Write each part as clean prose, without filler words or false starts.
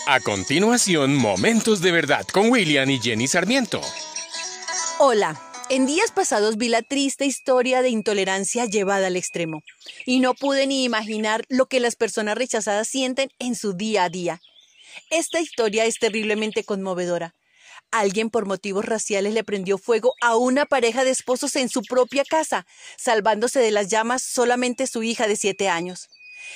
A continuación, Momentos de Verdad con William y Jenny Sarmiento. Hola, en días pasados vi la triste historia de intolerancia llevada al extremo y no pude ni imaginar lo que las personas rechazadas sienten en su día a día. Esta historia es terriblemente conmovedora. Alguien por motivos raciales le prendió fuego a una pareja de esposos en su propia casa, salvándose de las llamas solamente su hija de 7 años.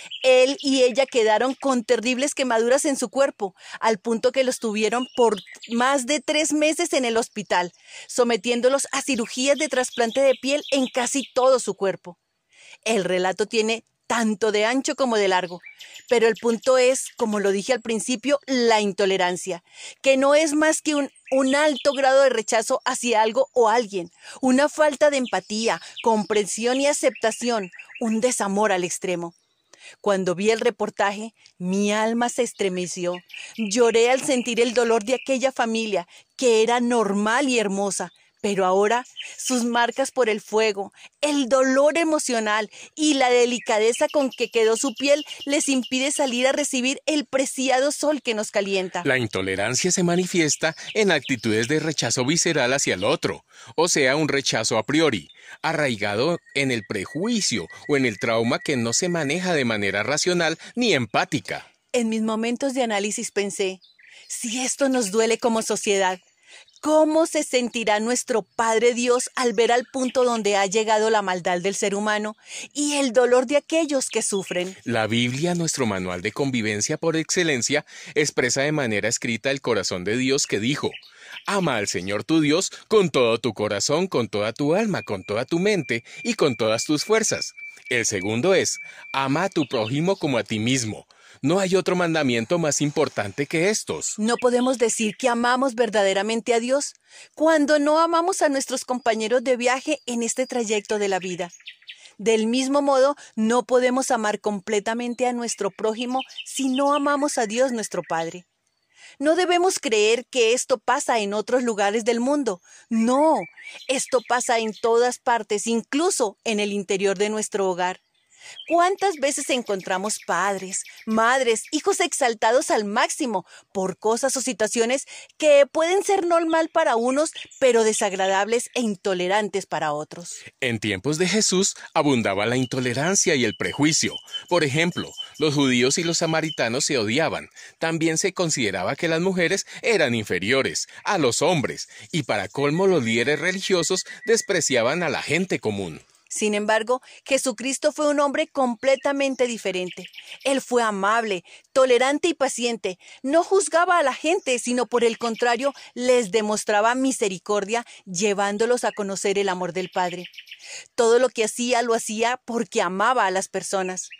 Él y ella quedaron con terribles quemaduras en su cuerpo, al punto que los tuvieron por más de 3 meses en el hospital, sometiéndolos a cirugías de trasplante de piel en casi todo su cuerpo. El relato tiene tanto de ancho como de largo, pero el punto es, como lo dije al principio, la intolerancia, que no es más que un alto grado de rechazo hacia algo o alguien, una falta de empatía, comprensión y aceptación, un desamor al extremo. Cuando vi el reportaje, mi alma se estremeció. Lloré al sentir el dolor de aquella familia, que era normal y hermosa, pero ahora sus marcas por el fuego, el dolor emocional y la delicadeza con que quedó su piel les impide salir a recibir el preciado sol que nos calienta. La intolerancia se manifiesta en actitudes de rechazo visceral hacia el otro, o sea, un rechazo a priori, arraigado en el prejuicio o en el trauma que no se maneja de manera racional ni empática. En mis momentos de análisis pensé, si esto nos duele como sociedad, ¿cómo se sentirá nuestro Padre Dios al ver al punto donde ha llegado la maldad del ser humano y el dolor de aquellos que sufren? La Biblia, nuestro manual de convivencia por excelencia, expresa de manera escrita el corazón de Dios que dijo: ama al Señor tu Dios con todo tu corazón, con toda tu alma, con toda tu mente y con todas tus fuerzas. El segundo es: ama a tu prójimo como a ti mismo. No hay otro mandamiento más importante que estos. No podemos decir que amamos verdaderamente a Dios cuando no amamos a nuestros compañeros de viaje en este trayecto de la vida. Del mismo modo, no podemos amar completamente a nuestro prójimo si no amamos a Dios nuestro Padre. No debemos creer que esto pasa en otros lugares del mundo. No, esto pasa en todas partes, incluso en el interior de nuestro hogar. ¿Cuántas veces encontramos padres, madres, hijos exaltados al máximo por cosas o situaciones que pueden ser normal para unos, pero desagradables e intolerantes para otros? En tiempos de Jesús abundaba la intolerancia y el prejuicio. Por ejemplo, los judíos y los samaritanos se odiaban. También se consideraba que las mujeres eran inferiores a los hombres, y para colmo los líderes religiosos despreciaban a la gente común. Sin embargo, Jesucristo fue un hombre completamente diferente. Él fue amable, tolerante y paciente. No juzgaba a la gente, sino por el contrario, les demostraba misericordia, llevándolos a conocer el amor del Padre. Todo lo que hacía, lo hacía porque amaba a las personas.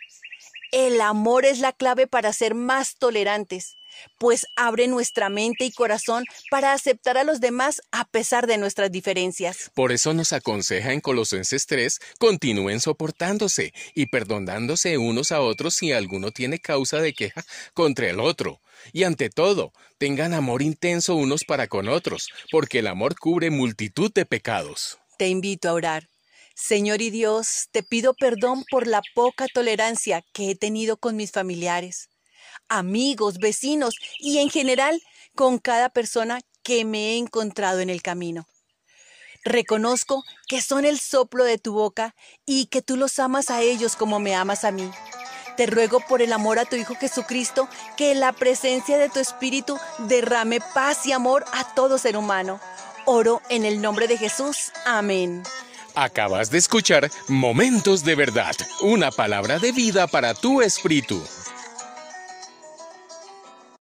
El amor es la clave para ser más tolerantes, pues abre nuestra mente y corazón para aceptar a los demás a pesar de nuestras diferencias. Por eso nos aconseja en Colosenses 3, continúen soportándose y perdonándose unos a otros si alguno tiene causa de queja contra el otro. Y ante todo, tengan amor intenso unos para con otros, porque el amor cubre multitud de pecados. Te invito a orar. Señor y Dios, te pido perdón por la poca tolerancia que he tenido con mis familiares, amigos, vecinos y en general con cada persona que me he encontrado en el camino. Reconozco que son el soplo de tu boca y que tú los amas a ellos como me amas a mí. Te ruego por el amor a tu Hijo Jesucristo que la presencia de tu Espíritu derrame paz y amor a todo ser humano. Oro en el nombre de Jesús. Amén. Acabas de escuchar Momentos de Verdad, una palabra de vida para tu espíritu.